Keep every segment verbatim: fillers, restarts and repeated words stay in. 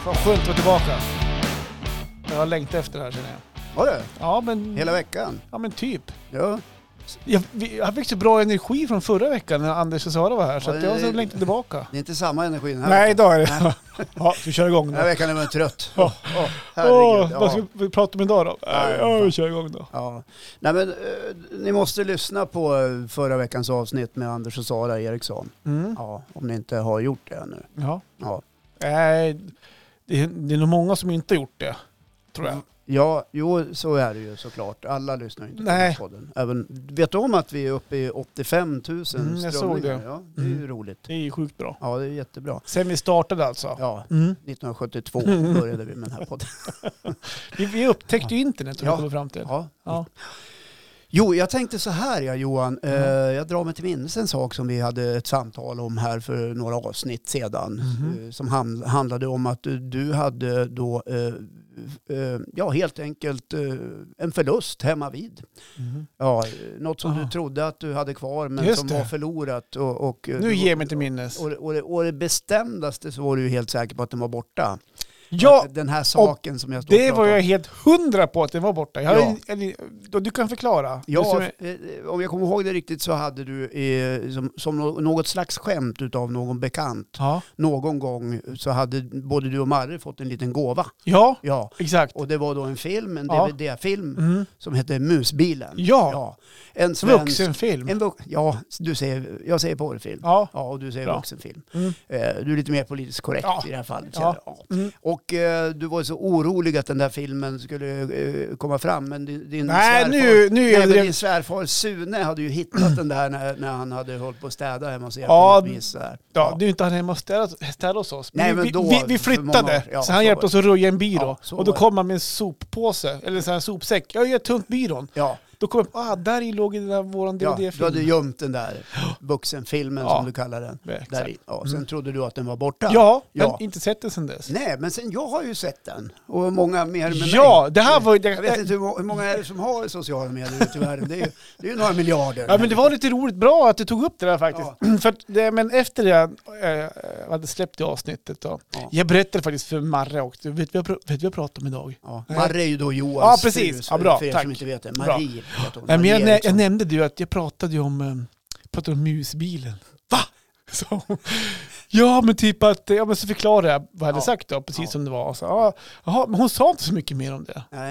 Vad skönt att vara tillbaka. Jag har längtat efter det här, känner jag. Var det? Ja, men... Hela veckan? Ja, men typ. Ja. Jag, vi, jag fick så bra energi från förra veckan när Anders och Sara var här, så Ja, att jag har så det- längtat tillbaka. Det är inte samma energi den här Nej, veckan. idag är det. Ja, vi kör igång Den då. här veckan är man trött. Ja. Åh, Åh, herregud. vad ska Ja. vi prata om idag då? Ja, Ja, vi kör igång då. Ja. Nej, men, eh, ni måste lyssna på eh, förra veckans avsnitt med Anders och Sara Eriksson. Mm. Ja, om ni inte har gjort det ännu. Ja. Ja. Nej, det, är- det är nog många som inte har gjort det, tror jag. Ja, jo, så är det ju såklart. Alla lyssnar ju inte Nej. på podden. Även, vet du om att vi är uppe i åttiofem tusen Mm, jag såg strömningar? det. Ja, det är ju Mm. roligt. Det är ju sjukt bra. Ja, det är jättebra. Sen vi startade alltså. Ja, Mm. nittonhundrasjuttiotvå började vi med den här podden. Vi, vi upptäckte ju internet och Ja. vi kom fram till. Ja. Ja. Jo, jag tänkte så här, ja, Johan. Mm. Eh, jag drar mig till minnes en sak som vi hade ett samtal om här för några avsnitt sedan. Mhm. Eh, som ham- handlade om att du, du hade då, eh, eh, ja, helt enkelt eh, en förlust hemma vid. Mhm. Ja, eh, något som Ah. du trodde att du hade kvar men Just som det. var förlorat. Och, och, eh, Nu du- ger mig till minnes. Och, och, det, och det bestämdaste så var du ju helt säker på att den var borta. Ja, Att den här saken som jag står och det pratar var om. jag helt hundra på att det var borta. Jag, Ja. eller, då, du kan förklara. Du Ja, som- eh, om jag kommer ihåg det riktigt så hade du eh, som, som nå- något slags skämt utav någon bekant. ja. Någon gång så hade både du och Marre fått en liten gåva. ja, Ja, exakt. och det var då en film, en Ja. D V D-film Mm. som hette Musbilen. Ja. En svensk... Vuxenfilm. En vux- ja, du säger, jag säger porrfilm. Ja. Ja. och du säger Bra. vuxenfilm. Mm. Eh, du är lite mer politiskt korrekt Ja. i det här fallet. Ja. känner jag. Ja. Mm. Och eh, du var så orolig att den där filmen skulle eh, komma fram. Men din, din Nej, svärfar- nu, nu Nej, är men det... din svärfar Sune hade ju hittat den där när, när han hade hållit på att städa hemma hos er. Ja, på något vis där. Ja, det är inte han hemma och städa, städa hos oss. Nej, vi, men då, vi, vi för många flyttade, år. Ja, så han så hjälpte var oss att röja en byrå. Ja, så och då var kom han med en soppåse, eller en sån här sopsäck. Jag har tömt byrån. Ja, Då kom jag på, ah, där i låg den där våran ja, D V D-film. du hade gömt den där vuxenfilmen Ja. som du kallar den. Exakt. Där i. Ja, sen Mm. trodde du att den var borta. Ja, jag Ja. har inte sett den sedan dess. Nej, men sen jag har ju sett den. Och många mer med Ja, mig. det här var ju... Jag vet inte hur må- hur många är det som har sociala medier ute i världen. Det är ju, det är ju några miljarder. Ja, men det var lite roligt bra att du tog upp det där faktiskt. För att det, men efter det jag äh, hade släppt det avsnittet då. Ja. Jag berättade faktiskt för Marre och du vet vad jag, vet vad jag pratade om idag? Ja. Nej. Marre är ju då Johans Ja, precis. fru, Ja, bra. för er Tack. som inte vet det. Bra. Marie heter hon. Nej, men jag, Marie nä, Eriksson. jag nämnde ju att jag pratade ju om, um, pratade om musbilen. Va? Så, ja, men typ att, ja men så förklarade jag vad jag hade Ja. sagt då, precis Ja. som det var. Så, ja, jaha, men hon sa inte så mycket mer om det. Nej.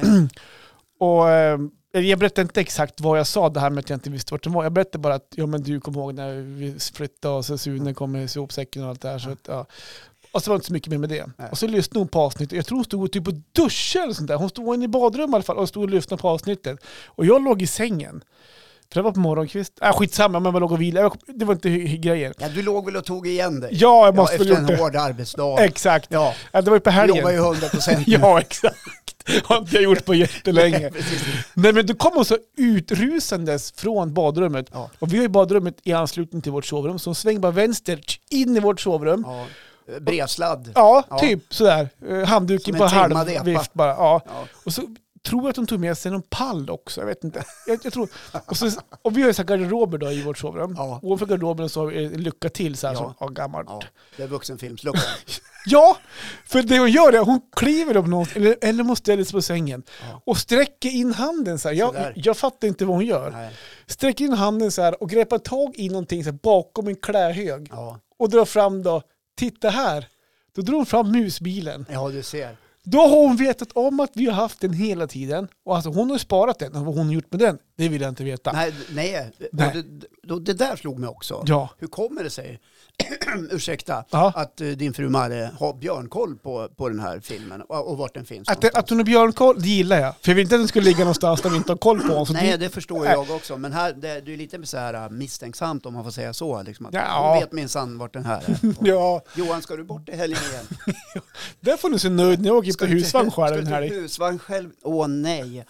Och eh, jag berättade inte exakt vad jag sa, det här med att jag inte visste vart det var. Jag berättade bara att, ja men du kommer ihåg när vi flyttade och så Sune kom med sopsäcken och allt det här. Så att, ja. Och så var det inte så mycket mer med det. Nej. Och så lyssnade hon på avsnittet. Jag tror hon stod typ och duschade eller sånt där. Hon stod inne i badrummet i alla fall och stod och lyssnade på avsnittet. Och jag låg i sängen. För det var på morgonkvist. Äh, skitsamma, men jag låg och vilade. Det var inte hy- hy- grejer. Ja, du låg väl och tog igen dig? Ja, jag måste ja, väl efter gjort en det. hård arbetsdag. Exakt. Ja, Ja, det var ju på du helgen. jobbar ju hundra procent. Ja, exakt. Har inte jag gjort på jättelänge. Precis. Nej, men då kom hon så utrusandes från badrummet. Ja. Och vi har ju badrummet i anslutning till vårt sovrum. Så hon svänger bara vänster in i vårt sovrum. Ja. Brevsladd. Ja, Ja. typ sådär. Eh, Handduken Som på en trimmad halvvift epa. bara. Ja. Ja. Och så tror jag att hon tog med sig någon pall också. Jag vet inte. Jag, jag tror. Och, så, och vi har ju så här garderober då i vårt sovrum. Ja. Ovanför garderoben så har vi en lucka till så här Ja. som ja, gammalt. Ja, det är vuxenfilmsluckan. Ja, för det hon gör är att hon kliver upp någonstans, eller, eller måste ställa sig på sängen Ja. och sträcker in handen så här. Jag, Sådär. jag fattar inte vad hon gör. Nej. Sträcker in handen så här och greppar tag i någonting så här bakom en klädhög Ja. och drar fram då, titta här. Då drar hon fram musbilen. ja, du ser. Då har hon vetat om att vi har haft den hela tiden. Och alltså hon har sparat den. Och vad hon har gjort med den, det vill jag inte veta. Nej, nej. Nej. Och Det, då, det där slog mig också. Ja. Hur kommer det sig, ursäkta, Ja. att uh, din fru Marre har björnkoll på, på den här filmen och, och vart den finns Att, det, någonstans? att hon har björnkoll, det gillar jag. För jag vill inte att den skulle ligga någonstans där vi inte har koll på honom. Så Nej, det, det förstår jag också. Men här, det, det är lite så här misstänksamt om man får säga så. Liksom, att Ja. hon vet minsann vart den här är. Och, ja, Johan, ska du bort i helgen igen? där får du se nöjd när jag åker Ska på du till- husvagn själv Ska den du här. till husvagn själv? Åh nej.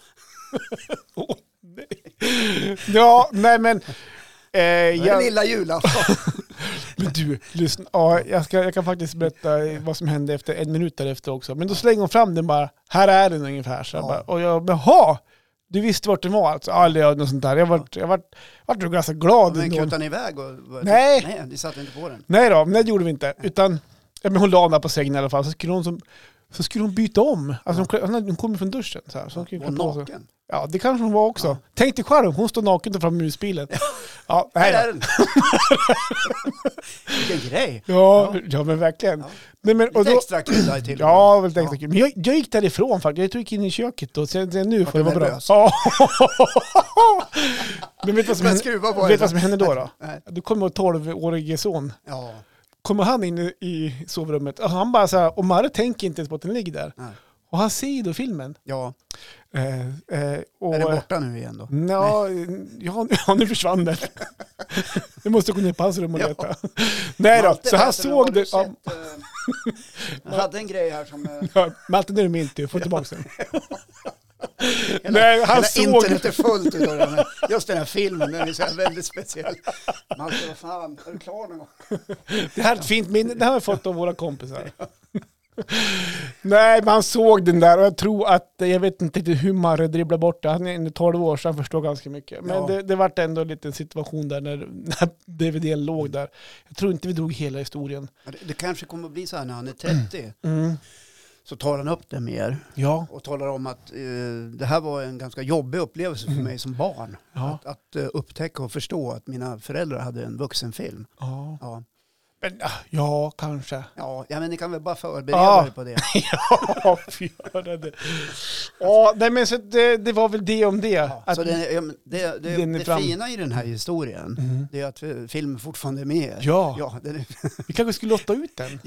Åh, nej. Ja, nej men... Eh, Det är jag, lilla julafton. men du, lyssna. Ja, jag, ska, jag kan faktiskt berätta vad som hände efter en minut därefter också. Men då slänger hon fram den bara, här är den ungefär. Så jag Ja. bara, och jag bara, jaha, du visste vart den var alltså? Aldrig något sånt där. Jag var, jag var, var då ganska glad. Men ändå. kutade ni iväg? Och, och, Nej. Nej, ni satte inte på den. Nej då, men det gjorde vi inte. Utan, ja, men hon la den där på sängen i alla fall. Så skulle hon som, så skulle hon byta om. Alltså hon, hon kommer från duschen. Så här, så hon Och naken. Ja, det kanske hon var också. Ja. Tänk dig själv, hon står naken där framme i musbilen. Ja, här är den. Vilken grej. Ja, ja. ja men verkligen. Ja. Men, men, och då, extra krydda till. Ja, väldigt extra kul. Men jag, jag gick därifrån faktiskt. Jag gick in i köket och sen, sen nu får det vara bra. Ja. Men vet du vad som, hände, vet vad som hände då? då? Då kommer tolv-årige son. Ja. Kommer han in i sovrummet och han bara så här, och Marre tänker inte ens på att den ligger där. Nej. Och han ser ju då filmen. Ja. Eh, eh, och, är det borta nu igen då? Nå, ja, ja, nu försvann den. Nu måste gå ner på hans rum och leta. Ja. Nej då, Malte, så han såg det. Sett, uh, jag hade en grej här som... Uh... Ja, Malte, nu är det min tur. Få tillbaka den. Nej, han hela såg... internet är fullt utav den här, just den här filmen, den är så här väldigt speciell. Malte, vad fan, är du klar någon gång? Det här är ett fint minne, det har jag fått av våra kompisar. Nej, man såg den där och jag tror att, jag vet inte hur man dribblar bort det. Han är tolv år så han förstår ganska mycket. Men ja. det, det var ändå en liten situation där när, när D V D låg där. Jag tror inte vi drog hela historien. Det, det kanske kommer att bli så här när han är trettio. Mm. Så tar han upp det mer. Ja. Och talar om att uh, det här var en ganska jobbig upplevelse för mm. mig som barn. Ja. Att, att uh, upptäcka och förstå att mina föräldrar hade en vuxenfilm. Ja. Ja. Men, ja, kanske. Ja, ja, men ni kan väl bara förbereda ja. er på det. Ja, göra det. Ja, nej, men så det, det var väl det om det. Ja, att så det, ja, det, det, det fram... fina i den här historien mm. det är att filmen fortfarande är med. Ja, ja den är... vi kanske skulle lotta ut den.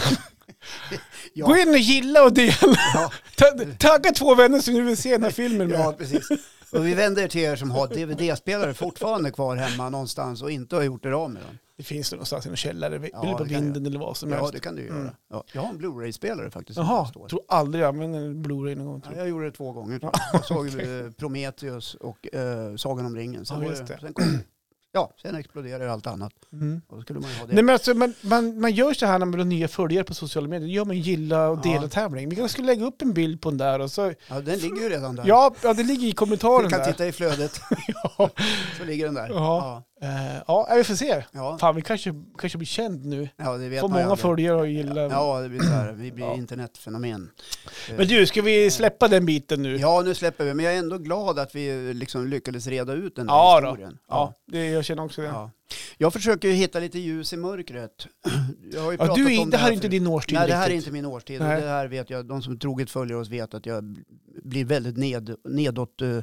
Ja. Gå in och gilla och dela. Ja. Tagga två vänner som du vill se den här filmen med. Ja, precis. Och vi vänder till er som har D V D-spelare fortfarande kvar hemma någonstans och inte har gjort det av med dem. Det finns det någonstans i en källare, ja, eller på vinden eller vad som ja, helst. Ja, det kan du göra. Mm. Ja, jag har en Blu-ray-spelare faktiskt. Jaha, jag tror aldrig jag använde en Blu-ray någon gång. Ja, jag gjorde det två gånger. Jag såg Prometheus och uh, Sagan om ringen. Sen, ja, just det. Sen, kom, ja, sen exploderade allt annat. Mm. Och då skulle man ha det. Nej, men alltså, man, man, man gör så här med de nya följare på sociala medier. Gör man gilla och dela ja. tävling. Vi kanske skulle lägga upp en bild på den där. Och så... Ja, den ligger ju redan där. Ja, ja det ligger i kommentaren. Du kan där. titta i flödet. Ja. Så ligger den där. Ja. Ja. Uh, ja, vi får se. Ja. Fan, vi kanske, kanske blir känd nu. Ja, det vet får man många följare och gilla. Ja, det blir så här. Vi blir ja. internetfenomen. Men du, ska vi släppa den biten nu? Ja, nu släpper vi. Men jag är ändå glad att vi liksom lyckades reda ut den där ja, historien. Då. Ja, det, jag känner också det. Ja. Jag försöker ju hitta lite ljus i mörkret. Jag har ju ja, du, om det det här är inte din årstid. Nej, riktigt. det här är inte min årstid. Och det här vet jag, de som troget följer oss vet att jag blir väldigt ned, nedåt, uh,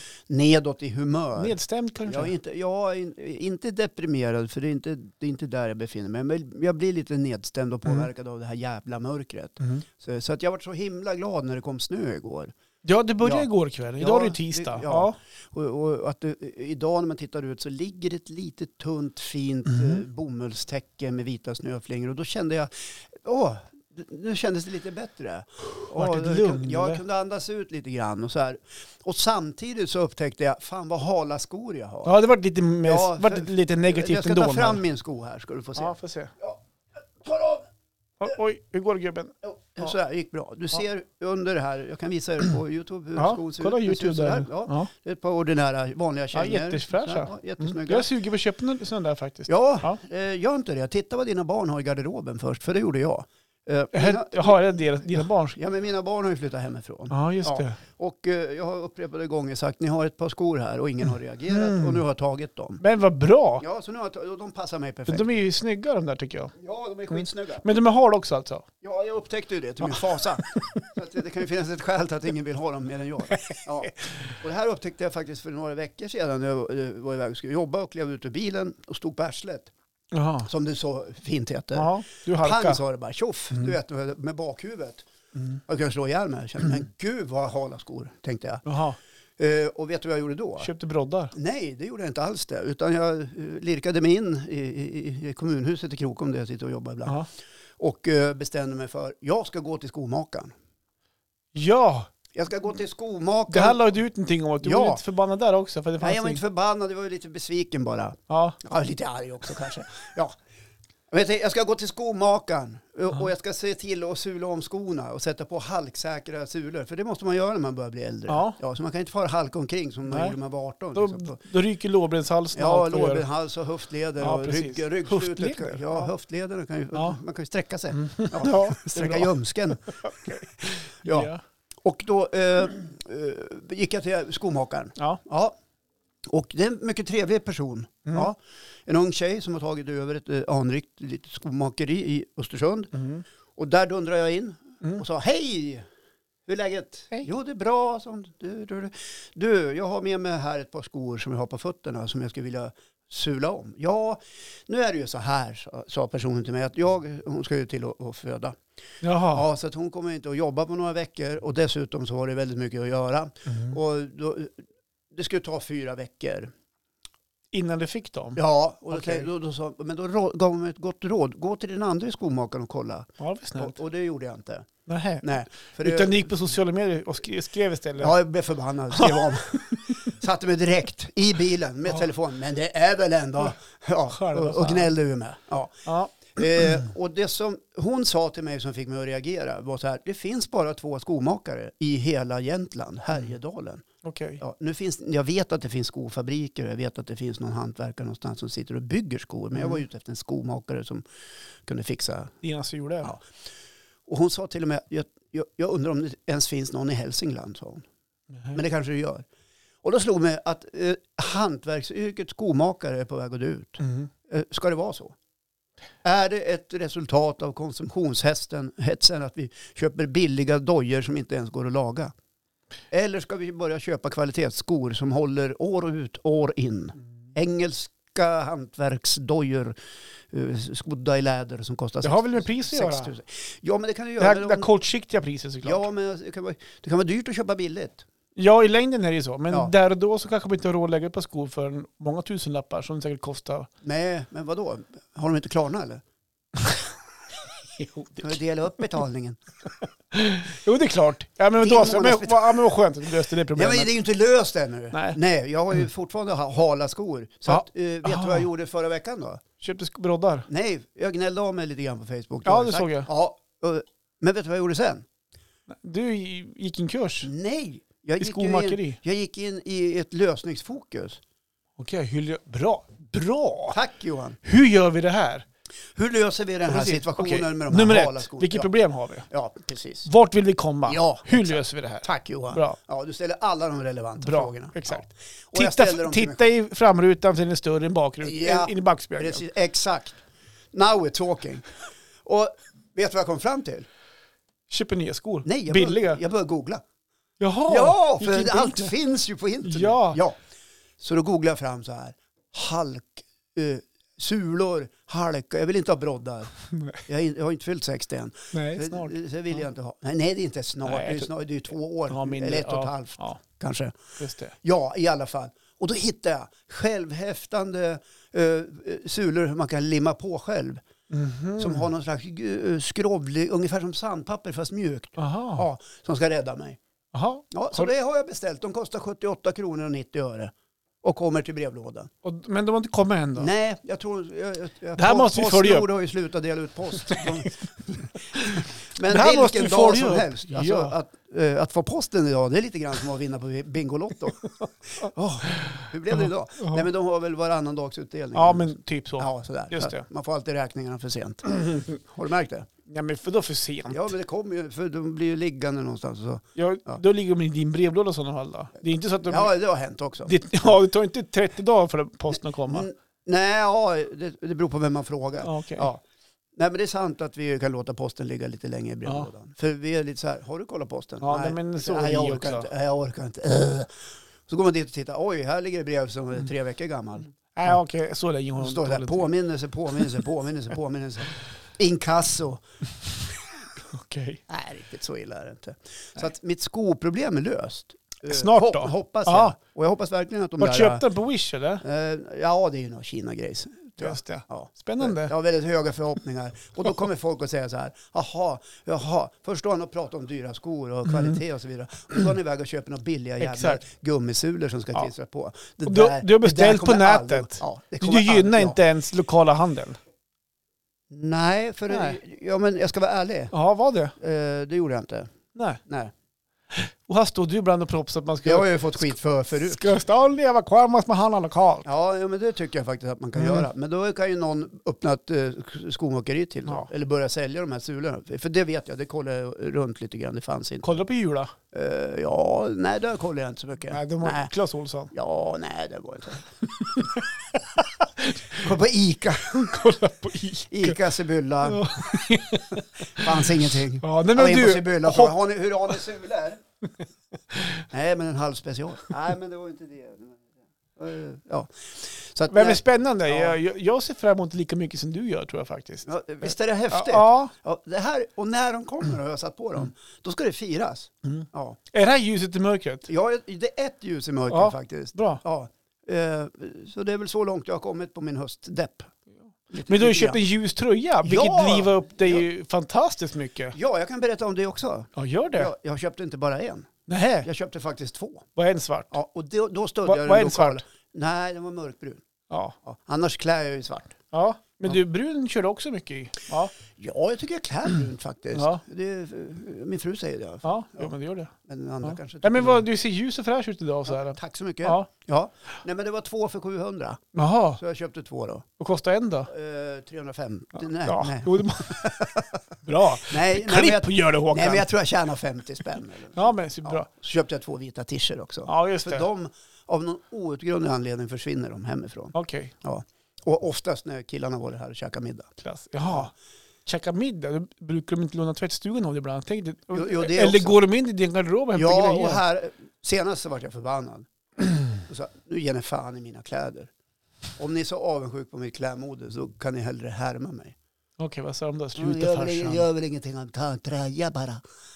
nedåt i humör. Nedstämd kanske? Jag är inte, jag är inte deprimerad, för det är inte, det är inte där jag befinner mig. Men jag blir lite nedstämd och påverkad mm. av det här jävla mörkret. Mm. Så, så att jag var så himla glad när det kom snö igår. Ja, det började ja. igår kväll. Idag ja, är det tisdag. Det, ja. ja. Och, och att det, idag när man tittar ut så ligger ett litet tunt fint mm. eh, bomullstäcke med vita snöflingor. Och då kände jag, åh, nu kändes det lite bättre. Var det lugn? Jag kunde andas ut lite grann och så här. Och samtidigt så upptäckte jag, fan vad hala skor jag har. Ja, det var lite, med, ja, var det lite negativt jag ska ändå. Jag ska ta fram här. Min sko här, ska du få se. Ja, får se. Ja. Ta av! Oj, hur går det, gubben? Ja. Så här gick bra. Du ser ja. under det här, jag kan visa er på YouTube hur ja, skon ser kolla ut. YouTube där. där. Ja. Ja. Det är ett par ordinära, vanliga kängor. Ja, jättefräscha. Ja, jättesnygga. Mm. Jag suger på att köpa en sån där faktiskt. Ja, ja. Eh, gör inte det. Titta vad dina barn har i garderoben först, för det gjorde jag. Uh, mina, har jag dina, dina barn? Ja, men mina barn har ju flyttat hemifrån. Ja, just det. Ja. Och uh, jag har upprepade gånger sagt, ni har ett par skor här och ingen har reagerat mm. och nu har jag tagit dem. Men vad bra! Ja, så nu har jag, de passar mig perfekt. De är ju snygga de där tycker jag. Ja, de är skitsnygga. Mm. Men de är hard också alltså? Ja, jag upptäckte ju det till min fasa. Så att det, det kan ju finnas ett skäl till att ingen vill ha dem mer än jag. Ja. Och det här upptäckte jag faktiskt för några veckor sedan när jag var iväg och skulle jobba och klev ut ur bilen och stod på arslet. Aha. Som det så fint heter. Aha, du halka. Pang sa det bara, tjoff, mm. du vet, med, med bakhuvudet. Mm. Jag kunde slå ihjäl mig. Jag kände, men gud vad hala skor, tänkte jag. Aha. Uh, och vet du vad jag gjorde då? Köpte broddar? Nej, det gjorde jag inte alls det. Utan jag uh, lirkade mig in i, i, i kommunhuset i Krokom där jag sitter och jobbar ibland. Aha. Och uh, bestämde mig för, jag ska gå till skomakaren. Ja! Jag ska gå till skomakaren. Det här lade du ut någonting om att du ja. var lite förbannad där också. För det fanns Nej, jag var inte förbannad. Det var lite besviken bara. Ja. Ja, lite arg också kanske. Ja. Jag, vet, jag ska gå till skomakaren och, och jag ska se till att sula om skorna och sätta på halksäkra sulor. För det måste man göra när man börjar bli äldre. Ja. Ja, så man kan inte fara halka omkring som man gjorde när man var arton. Då, liksom. då ryker lårbenshalsen. Ja, lårbenshals och höftleder ja, och rygg, ryggslutet. Höftleder? Ja, ja. höftlederna kan ju, ja. man kan ju sträcka sig. Mm. Ja, ja, sträcka ljumsken. okay. ja. ja. Och då eh, eh, gick jag till skomakaren. Ja. Ja. Och det är en mycket trevlig person. Mm. Ja. En ung tjej som har tagit över ett eh, anrikt litet skomakeri i Östersund. Mm. Och där dundrar jag in Mm. och sa hej! Hur är läget? Hej. Jo, det är bra. Så, du, du, du, jag har med mig här ett par skor som jag har på fötterna som jag skulle vilja sula om. Ja, nu är det ju så här, sa, sa personen till mig, att jag, hon ska ju till att, att föda. Jaha. Ja, så att hon kommer inte att jobba på några veckor och dessutom så var det väldigt mycket att göra. Mm. Och då, det skulle ta fyra veckor. Innan du fick dem? Ja, och okay. då, då, då sa, men då rå, gav hon mig ett gott råd. Gå till den andra skomakaren och kolla. Ja, det var snällt. Och, och det gjorde jag inte. Nähä. Nej. För Utan det, du gick på sociala medier och skrev, skrev istället? ja, jag blev förbannad. Skrev om. Satte mig direkt i bilen med ja. telefon. Men det är väl ändå... Ja, och, och gnällde ur med. Ja. Ja. Eh, och det som hon sa till mig som fick mig att reagera var så här. Det finns bara två skomakare i hela Jämtland, Härjedalen. Okay. Ja, nu finns, jag vet att det finns skofabriker, jag vet att det finns någon hantverkare någonstans som sitter och bygger skor. Men mm. jag var ute efter en skomakare som kunde fixa... Dina sulor? Ja. Och hon sa till och med, jag, jag, jag undrar om det ens finns någon i Hälsingland, sa hon. Mm. Men det kanske det gör. Och då slog mig att eh, hantverksyrket skomakare är på väg att dö ut. Mm. Eh, ska det vara så? Är det ett resultat av konsumtionshästen, hetsen, att vi köper billiga dojor som inte ens går att laga? Eller ska vi börja köpa kvalitetsskor som håller år ut, år in? Mm. Engelska hantverksdojor uh, skodda i läder som kostar det har väl med pris att göra? Ja, men det kan du göra. Det här, det här kortsiktiga priset såklart. Ja, men det kan, vara, det kan vara dyrt att köpa billigt. Ja, i längden är det ju så. Men ja. där och då så kanske man inte har råd att lägga på skor för många tusen lappar som det säkert kostar. Nej, men vad då? Har de inte Klarna eller? Jo, det kan vi dela upp betalningen? Jo, det är klart. Ja, men, då, så, men, ja, men vad skönt att du löste det problemet. Ja, men det är ju inte löst ännu. Nej. Nej, jag har ju fortfarande hala skor. Så ja. att, uh, vet du vad jag gjorde förra veckan då? Köpte broddar? Nej, jag gnällde av mig lite grann på Facebook. Ja, det såg jag. Ja, uh, men vet du vad jag gjorde sen? Du gick en kurs? Nej. Jag I gick skomakeri? In, jag gick in i ett lösningsfokus. Okej, okay, bra. Bra! Tack Johan. Hur gör vi det här? Hur löser vi den här precis. situationen okay. med de här Nummer hala skorna? Vilket ja. problem har vi? Ja, precis. Vart vill vi komma? Ja, Hur exakt. löser vi det här? Tack Johan. Bra. Ja, du ställer alla de relevanta Bra. frågorna. Exakt. Ja. Titta, titta i framrutan så är den större än bakrutan. Ja, in i backspegeln. Precis, exakt. Now we're talking. Och vet du vad jag kom fram till? Köper nya skor. Nej, jag billiga. Bör, jag började googla. Jaha. Ja, för allt finns ju på internet. Ja. ja. Så då googlade jag fram så här. Halk, uh, sulor, halka. Jag vill inte ha broddar. Jag, jag har inte fyllt sextio än. Nej, snart. Så, så vill jag inte ha. Nej, nej, det är inte snart. Nej, det, är snart det är två år. Ja, mindre, eller ett och ett ja, halvt. Ja. Kanske. Just det. Ja, i alla fall. Och då hittade jag självhäftande uh, sulor man kan limma på själv. Mm-hmm. Som har någon slags uh, skrovlig, ungefär som sandpapper fast mjukt. Aha. Ja, som ska rädda mig. Aha. Ja, så har... det har jag beställt. De kostar sjuttioåtta kronor och nittio öre. Och kommer till brevlådan. Och, men de har inte kommit än då? Nej, jag tror... Jag, jag, det här måste vi följa upp. Postnord har ju slutat dela ut post. De, men det här vilken måste vi dag följa som upp. helst. Alltså, ja. att, uh, att få posten idag, det är lite grann som att vinna på Bingolotto. oh, hur blev det idag? Uh-huh. Nej, men de har väl varannan dags utdelning. Ja, men typ så. Ja, sådär. Just det. Man får alltid räkningarna för sent. Har du märkt det? Ja, men för då för sent. Ja, men det kommer ju, för de blir ju liggande någonstans. Så. Ja, ja. Då ligger de i din brevlåda i sådana fall då. Det är inte så att de... Ja, det har hänt också. Det, ja, det tar inte trettio dagar för posten att komma. N- nej, ja, det, det beror på vem man frågar. Ja, okay. Ja. Nej, men det är sant att vi kan låta posten ligga lite längre i brevlådan. Ja. För vi är lite så här, har du kollat posten? Ja, nej, men så nej, jag är orkar också. inte. Jag orkar inte. Uh. Så går man dit och tittar. Oj, här ligger ett brev som är tre veckor gammal. Nej, ja, okej. Okay. Så länge hon står där. Påminnelse, påminnelse, påminnelse, påminnelse. Inkasso. Okej. Okay. Nej, riktigt så illa är det inte. Så att mitt skoproblem är löst. Snart då? Hop- hoppas jag. Aha. Och jag hoppas verkligen att de Vart där... köpte den på Wish eller? Uh, ja, det är ju någon Kina-grejs. Just det. Ja. Spännande. Jag har väldigt höga förhoppningar. Och då kommer folk att säga så här, jaha, jaha, först då han och pratar om dyra skor och kvalitet mm. och så vidare. Och så går ni iväg och köper några billiga jävla Exakt. gummisulor som ska ja. klistra på. Det och där, du, du har beställt på nätet. Aldrig, ja, du gynnar aldrig, inte ja. ens lokala handeln. Nej, för Nej. ja, men jag ska vara ärlig. Ja, var det? Eh, det gjorde jag inte. Nej. Nej. Och här står du ibland och propsar att man ska... Jag har ju fått skit för förut. Ska stan leva kvar måste man handla lokalt. Ja, ja, men det tycker jag faktiskt att man kan Mm. göra. Men då kan ju någon öppna ett eh, skomakeri till då. Ja. Eller börja sälja de här sulorna. För det vet jag, det kollade jag runt lite grann. Det fanns inte. Kollar du på Jula? Eh, ja, nej, där kollar jag inte så mycket. Nej, de har Nej. Clas Ohlson. Ja, nej, det var inte. Kolla på Ica. Kolla på Ica. Ica, Sibylla. Ja. Fanns ingenting. Ja, nej, Jag men var in på du, Sibylla och frågade, har ni, hur har ni sulor? Nej, men en halv special. Nej, men det var inte det. Eh, Ja. Så att, men det är nej, spännande. Ja. Jag, jag ser fram emot lika mycket som du gör, tror jag faktiskt. ja, visst är det häftigt? Ja. Ja, det här, och när de kommer och jag har satt på dem, då ska det firas. Mm. Ja. Är det här ljuset i mörkret? Ja, det är ett ljus i mörkret Ja. faktiskt. Bra. Ja. Eh, så det är väl så långt jag har kommit på min höstdepp. Lite Men du har ju lite köpt en ljus tröja, vilket Ja. driver upp dig ju fantastiskt mycket. Ja, jag kan berätta om det också. Ja, gör det. Jag, jag köpte inte bara en. Nej, Jag köpte faktiskt två. vad är en svart? Ja, och då, då stödde Vad jag vad är den en lokala. svart? Nej, den var mörkbrun. Ja. Ja. Annars klär jag ju svart. Ja, men Ja. du, brun kör du också mycket i. Ja, Ja, jag tycker jag klär brunt faktiskt. Ja. Det är, min fru säger det i alla fall. ja, ja men det gör det. Men andra Ja. kanske Nej, men tycker vad, du ser ljus och fräsch ut idag så det. Ja, här. tack så mycket. Ja. Ja. Nej, men det var två för sjuhundra. Jaha, Så jag köpte två då. vad kostar en då? Eh, trehundrafemtio. Nej, ja. nej. Jo, det må... Bra. Nej, nej, men jag, Klipp gör det, Håkan. nej, men jag tror jag tjänar femtio spänn. Eller. Ja, men så bra. Ja. Så köpte jag två vita t-shirts också. Ja, just För det. de, av någon outgrundlig anledning försvinner de hemifrån. Okej, Ja. Och oftast när killarna var här och käkade middag. klass. Jaha. Käka middag, då brukar de inte låna tvättstugan av det ibland. Tänk dig- Jo, jo, det Eller också. går de in i din garderob och hämtar Ja, grejer? och här, senast så var jag förbannad. Och sa, nu ger ni fan i mina kläder. Om ni är så avundsjuk på mitt klädmode så kan ni hellre härma mig. Okej, vad sa de då? Det Sluta gör, väl, farsan. gör väl ingenting om ta en tröja bara.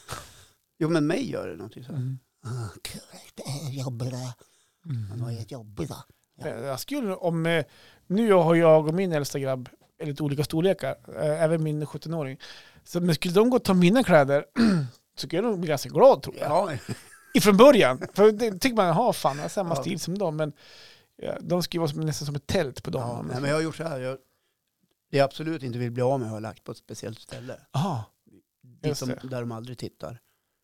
Jo, men mig gör det någonting så här. Mm. Ah, kul, det är jobbigt det. Men vad är jobbigt då? Ja. Jag skulle, om, eh, nu har jag och min äldsta grabb är lite olika storlekar, eh, även min sjutton-åring. Så men skulle de gå och ta mina kläder så skulle jag nog bli ganska glad, tror jag. Ja, Ifrån början. För det tycker man, ha fan, jag har samma Ja. stil som dem. Men ja, de skulle vara som, nästan som ett tält på dem. ja nej, men jag har gjort så här. Jag, det jag absolut inte vill bli av med har jag lagt på ett speciellt ställe. Aha, Dit Just som, det. där de aldrig tittar.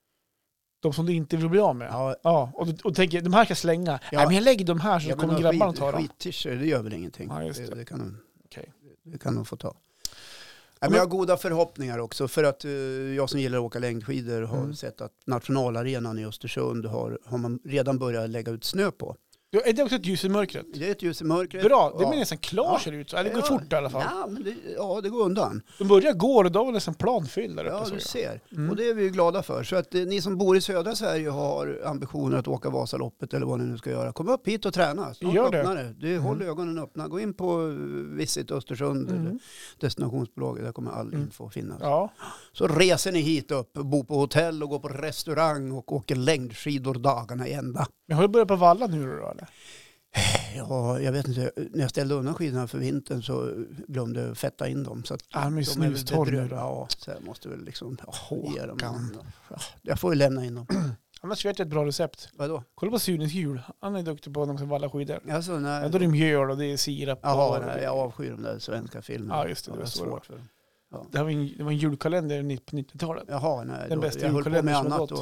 de som du inte vill bli av med. Ja, Ja, och, och tänker, de här ska jag slänga. Ja. Nej, men jag lägger de här så ja, kommer men grabbarna skit, ta dem. skit-t-shirt, det gör väl ingenting. Ja, just det. det. Det, kan de, Okej. det kan de få ta. Nej, men jag har goda förhoppningar också för att uh, jag som gillar att åka längdskidor har Mm. sett att nationalarenan i Östersund har, har man redan börjat lägga ut snö på. Ja, är det också ett ljus i mörkret? Det är ett ljus i mörkret. Bra, det ja. är nästan klar Ja. ser det ut. Eller det går Ja, fort i alla fall. Ja, men det, ja, det går undan. De börjar gå och då var nästan planfylld där uppe. Ja, så du jag. ser. Mm. Och det är vi ju glada för. Så att eh, ni som bor i södra Sverige har ambitioner att åka Vasaloppet eller vad ni nu ska göra. Kom upp hit och träna. Snart Gör det. öppnar det. det Mm. Håll ögonen öppna. Gå in på eh, Visit Östersund eller Mm. destinationsbolaget. Där kommer all Mm. info finnas. Ja. Så reser ni hit upp, bor på hotell och går på restaurang och åker längdskidor dagarna i ända. Men har du börjat på valla nu då eller? Ja, jag vet inte. När jag ställde undan skidorna för vintern så glömde jag fetta in dem. Så att Ja, men de är snustorr väl nu då. Ja, så jag måste väl liksom ja, ge dem. Håkan. Ja, jag får ju lämna in dem. Annars vet jag ett bra recept. Vadå? Kolla på Sunes jul. Han är duktig på de som vallar skidor. Alltså, nej. Ja, då är det mjöl och det är sirap. Jaha, och... nej, jag avskyr de där svenska filmerna. Ja, just det, det var så det var. svårt för dem. Det, här var en, det var en julkalender på nittiotalet. Jaha, nej. Den Då, bästa jag höll på med julkalendern som har annat gått. då.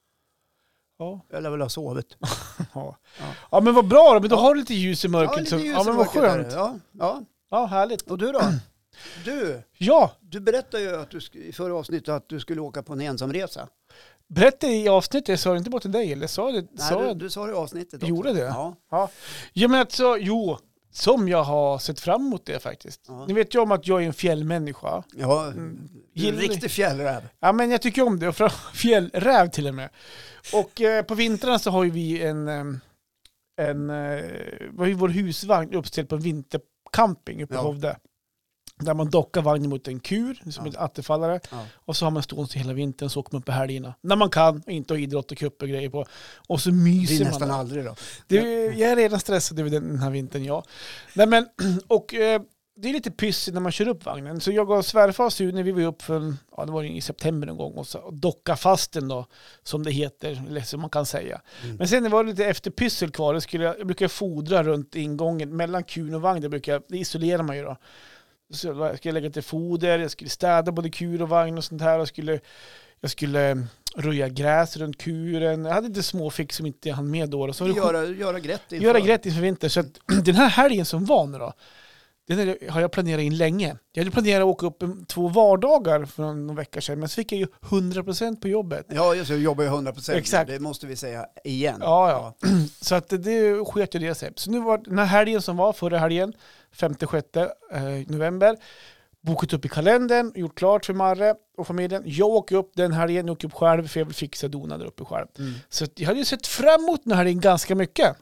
Ja. Jag lär väl ha sovit. Ja. Ja. ja, men vad bra då. Men då Ja. har du lite ljus i Ja, mörkret. lite så... ljus ja i men vad mörkret är skönt. det. Ja, ja. Ja, härligt. Och du då? Du, Ja, du berättade ju att du sk- i förra avsnittet att du skulle åka på en ensamresa. berätta i avsnittet. Jag sa det inte bara till dig. Eller sa det? Nej, sa du, jag... du sa det i avsnittet också. Gjorde det? Ja. Ja. ja, men alltså, jo. Som jag har sett fram emot det faktiskt. Ja. Ni vet ju om att jag är en fjällmänniska. Ja, Mm. du är en Gillar- riktig fjällräv. Ja, men jag tycker om det. Och från fjällräv till och med. Och eh, på vintrarna så har ju vi en... eh, en eh, vi har ju vår husvagn uppställd på en vintercamping uppe i Ja. Hovde. Där man dockar vagnen mot en kur, som Ja. ett attefallare. Ja. Och så har man stående hela vintern, så åker man upp på helgerna. När man kan, och inte ha idrott och cup och grejer på. Och så myser Det är man. nästan där. aldrig då. Det, jag är redan stressad över den, den här vintern, ja. Nej, men, och eh, det är lite pyssigt när man kör upp vagnen. Så jag och svärfar och Sune, vi var ju upp för, ja, det var i september en gång, och, så, och docka fast den då, som det heter, eller som man kan säga. Mm. Men sen det var det lite efterpyssel kvar. Det skulle jag, jag brukar fodra runt ingången mellan kun och vagn. Det, brukar, det isolerar man ju då. Så jag skulle lägga till foder, jag skulle städa både kur och vagn och sånt här. Jag skulle, jag skulle röja gräs runt kuren. Jag hade lite små fix som inte jag hann med då. Så göra, göra grätt inför. Göra grätt inför vinter. Så att den här helgen som var nu då, den har jag planerat in länge. Jag hade planerat att åka upp två vardagar för någon vecka sedan, men så fick jag ju hundra procent på jobbet. Ja, just det, jag jobbar ju hundra procent. Exakt. Det måste vi säga igen. Ja, ja. Så att det sket ju det sig. Så nu var den här helgen som var, förra helgen, femte sjätte november, bokat upp i kalendern, gjort klart för Marre och familjen. Jag åker upp den helgen, åker upp själv, för jag vill fixa donar där uppe själv. Mm. Så att jag hade ju sett fram emot den här helgen ganska mycket.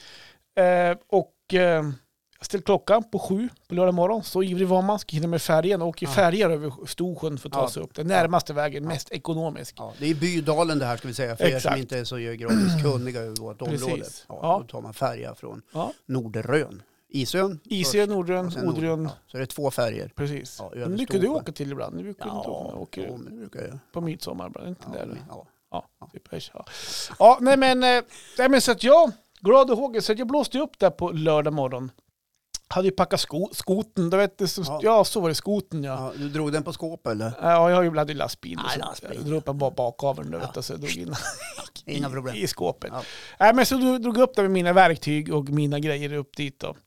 Eh, och... Eh, Jag ställde klockan på sju på lördag morgon. Så ivrig var man, ska hinna med färgen och åker ja. färger över Storsjön för att ta ja. sig upp. Den närmaste ja. vägen, mest ja. ekonomisk. Ja. Det är Bydalen det här ska vi säga, för Exakt. er som inte är så geografiskt kunniga över vårt Precis. område. Ja, ja. Då tar man färja från ja. Norderön. Isön. Isön, Nordrön, Odrön. Ja. Så det är två färger. Precis. Ja, men brukar du åka till ibland? Du brukar ja, inte åka. åker ja, men brukar jag. På midsommar ibland, inte ja, där. Men, ja. Ja, ja. Typ, ja. ja, nej men, nej, men så att jag, glad och hågel, så att jag blåste upp där på lördag morgon. Hade ju packat sko- skoten, då vet du, så, ja. ja, så var det skoten, ja. ja. Du drog den på skåp, eller? Ja, jag hade ju lastbil. Nej, lastbil. Jag drog upp en bakaveln, då, ja. vet du, så jag drog in Inga problem. I, i skåpet. Ja. Nej, men så drog, drog upp där med mina verktyg och mina grejer upp dit då.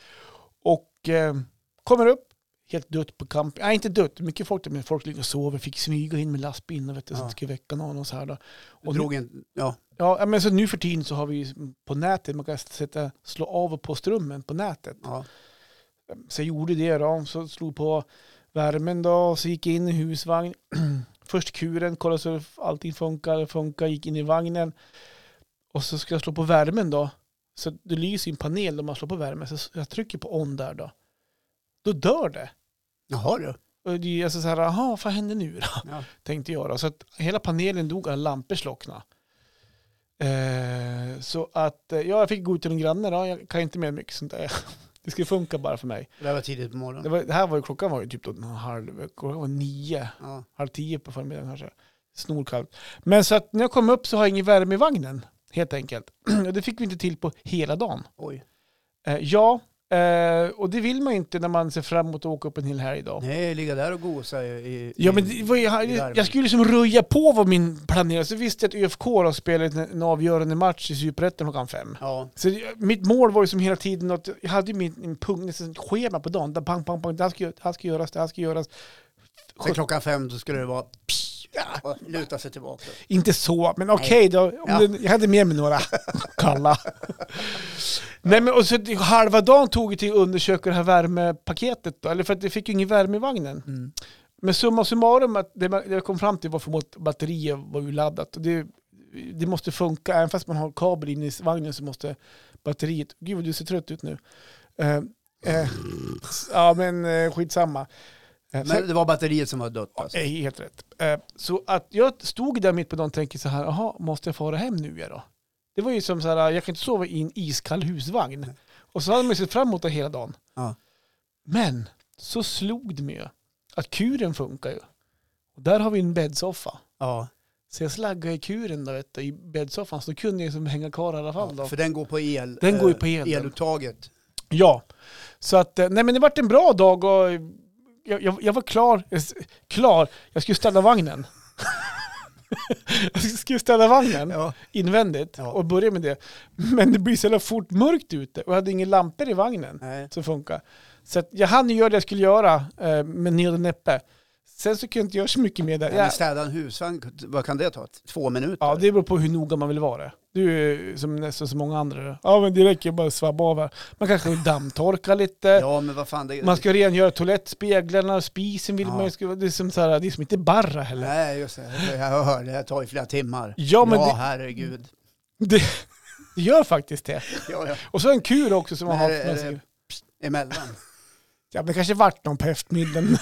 Och eh, kommer upp, helt dött på camping. Nej, inte dött, mycket folk där, men folk ligger och sover, fick smyga in med lastbilen, vet du, ja. så att ska väcka någon och så här då. Och drog nu, en, ja. Ja, men så nu för tiden så har vi på nätet, man kan sätta, slå av och på strömmen på nätet. Ja. Så jag gjorde det då, så slog på värmen då, och så gick jag in i husvagn. Först kuren, kollade så allting funkar, funkar, gick in i vagnen. Och så ska jag slå på värmen då. Så det lyser i en panel om man slår på värmen. Så jag trycker på on där då. Då dör det. Jaha du. Och det är alltså så här, aha, vad händer nu då? Ja. Tänkte jag då. Så att hela panelen dog, alla lampor slocknade. Eh, så att, ja, jag fick gå ut till en granne då. Jag kan inte med mycket sånt där. Det skulle funka bara för mig. Det var tidigt på morgonen. Det, var, det här var ju, klockan var ju typ då, halv, klockan var nio, ja. halv tio på förmiddagen kanske. Snorkallt. Men så att när jag kom upp så har jag ingen värme i vagnen, helt enkelt. Och det fick vi inte till på hela dagen. Oj. Eh, ja, eh, och det vill man inte när man ser fram emot att åka upp en hel helg då. Nej, ligga där och gosa i, i Ja, men det var, jag, jag, jag skulle liksom röja på vad min planering. Så visste jag att ÖFK har spelat en, en avgörande match i Superettan klockan fem. Ja. Så jag, mitt mål var ju som hela tiden att jag hade ju min, min punkt, en schema på dagen. Där pang, pang, pang, det här ska, det här ska göras, det här ska göras. Så klockan fem då skulle det vara ja, luta sig tillbaka. Inte så, men okej okay, då. Om ja. det, jag hade med mig några kalla. Nej, men och så halva dagen tog jag till att undersöka det här värmepaketet då, eller för att det fick ju ingen värme i vagnen. Mm. Men summa summarum att det, det jag kom fram till var för att batteriet var ju laddat och det, det måste funka, även fast man har kabel in i vagnen så måste batteriet, gud vad du ser trött ut nu. Uh, uh, ja men uh, skitsamma. Men så, det var batteriet som var dött alltså. Ja, helt rätt. Uh, så att jag stod där mitt på dagen och tänkte så här, jaha, måste jag fara hem nu då? Det var ju som så här, jag kan inte sova i en iskall husvagn. Nej. Och så hade man sett fram emot det hela dagen. Ja. Men så slog det mig att kuren funkar ju. Och där har vi en bäddsoffa. Ja. Så jag slaggade i kuren då, vet du, i bäddsoffan. Så då kunde jag som hänga kvar i alla fall. Då. Ja, för den går på el. Den går ju på el. Eluttaget. Ja. Så att, nej men det var en bra dag och jag, jag, jag var klar. Jag, klar. Jag skulle ställa vagnen. Jag skulle ställa vagnen ja. invändigt ja. och börja med det. Men det blir så fort mörkt ute och jag hade ingen lampor i vagnen Nej. som funkar. Så att jag hann göra det jag skulle göra eh, med nöd och näppe. Sen så kunde jag inte göra så mycket med det. Ja, städa en husvagn, vad kan det ta? Två minuter? Ja, det beror på hur noga man vill vara. Du är som nästan så många andra. Ja, men det räcker bara att svabba av här. Man kanske dammtorka lite. Ja, men vad fan. Det... Man ska rengöra toalettspeglarna, spisen vill ja. man ju. Det är som så här, det är som inte barra heller. Nej, just det. Jag hör det. Det tar ju flera timmar. Ja, men ja det... herregud. Det... det gör faktiskt det. Ja, ja. Och så en kur också som man har haft med sig. Emellan. Ja, men det kanske vart någon på eftermiddagen.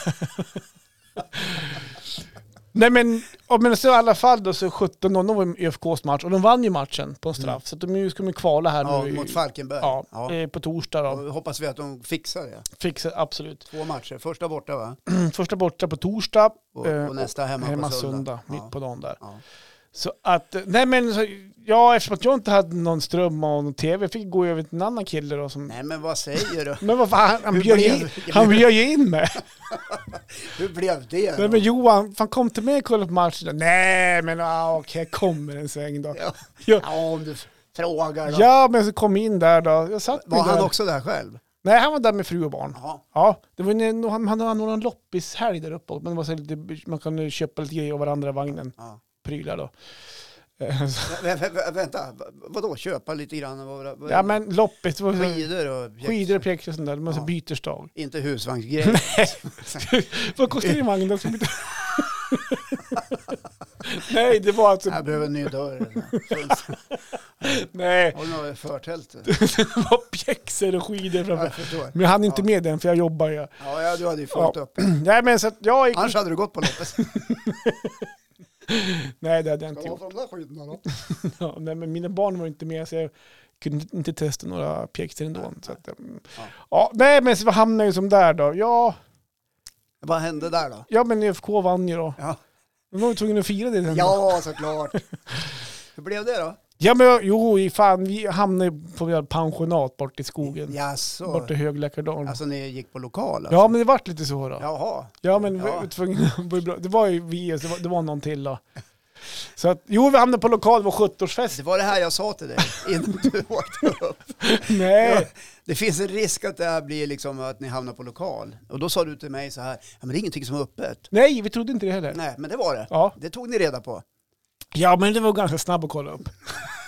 Nej men, men så i alla fall då så sjutton noll var Ö F K:s match och de vann ju matchen på en straff mm. så att de ska de kvala här ja, nu mot Falkenberg. Ja, ja. på torsdag då. Och hoppas vi att de fixar det. Fixar absolut. Två matcher, första borta va? Första borta på torsdag och, och nästa hemma, hemma på söndag. söndag ja. mitt på dagen där. Ja. Så att, nej men, så, ja eftersom att jag inte hade någon ström och någon tv, jag fick gå över till en annan kille då som... Nej men vad säger du? Men vad fan, han bjöd in, han bjöd ju in mig. Hur blev det då? Nej men Johan, fan kom till mig och kolla på matchen. Nej men ah, okej, okay, kommer en sväng då. Ja. Ja. Ja, om du frågar då. Ja men så kom in där då. Jag satt var han där. också där själv? Nej, han var där med fru och barn. Jaha. Ja, det var en, han hade någon loppishelg där uppe. Men det var så lite, man kunde köpa lite grejer av varandra i vagnen. Ja. Prylar då. Vä vä vä vänta, vadå köpa lite grann? Vad, vad, Ja men loppis. Det var skidor och pjäxor. Skidor och pjäxor och sånt där. Det var så Ja. bytesdag. Inte husvagnsgrejer. Vad kostar det i vagnen då? Nej, det var alltså... Jag behöver en ny dörr. Nej, Har du något förtält? det var pjäxor och skidor Ja, framför. jag förstår. Men jag hann inte Ja. med den för jag jobbar ju. Ja. Ja, ja, du hade ju fullt Ja. upp. Nej men så att jag gick... Annars hade du gått på loppet. Nej det hade jag inte Ska gjort. man få de där skidorna då? Ja, nej, men mina barn var inte med så jag kunde inte testa några pjäxor ändå. Nej, Så att, um, Ja. ja, nej men så hamnade jag ju som där då. Ja, Vad hände där då? ja men F K vann ju då. Ja, De var ju tvungna att fira det sen. ja såklart. Hur blev det då? Ja men jo, i fan vi hamnade på ett pensionat bort i skogen. Jaså? Bort i Högläkardalen. Alltså ni gick på lokal? Alltså. Ja men det vart lite så då. Jaha. Ja men Ja. vi var tvungna, det var ju vi, det var, det var någon till då. Så att, jo vi hamnade på lokal, det var sjuttonårsfest. Det var det här jag sa till dig innan du åkte upp. Nej. Ja, det finns en risk att det här blir liksom att ni hamnar på lokal. Och då sa du till mig så här, ja men det är ingenting som är öppet. Nej, vi trodde inte det heller. Nej, men det var det. Ja. Det tog ni reda på. Ja, men det var ganska snabb att kolla upp.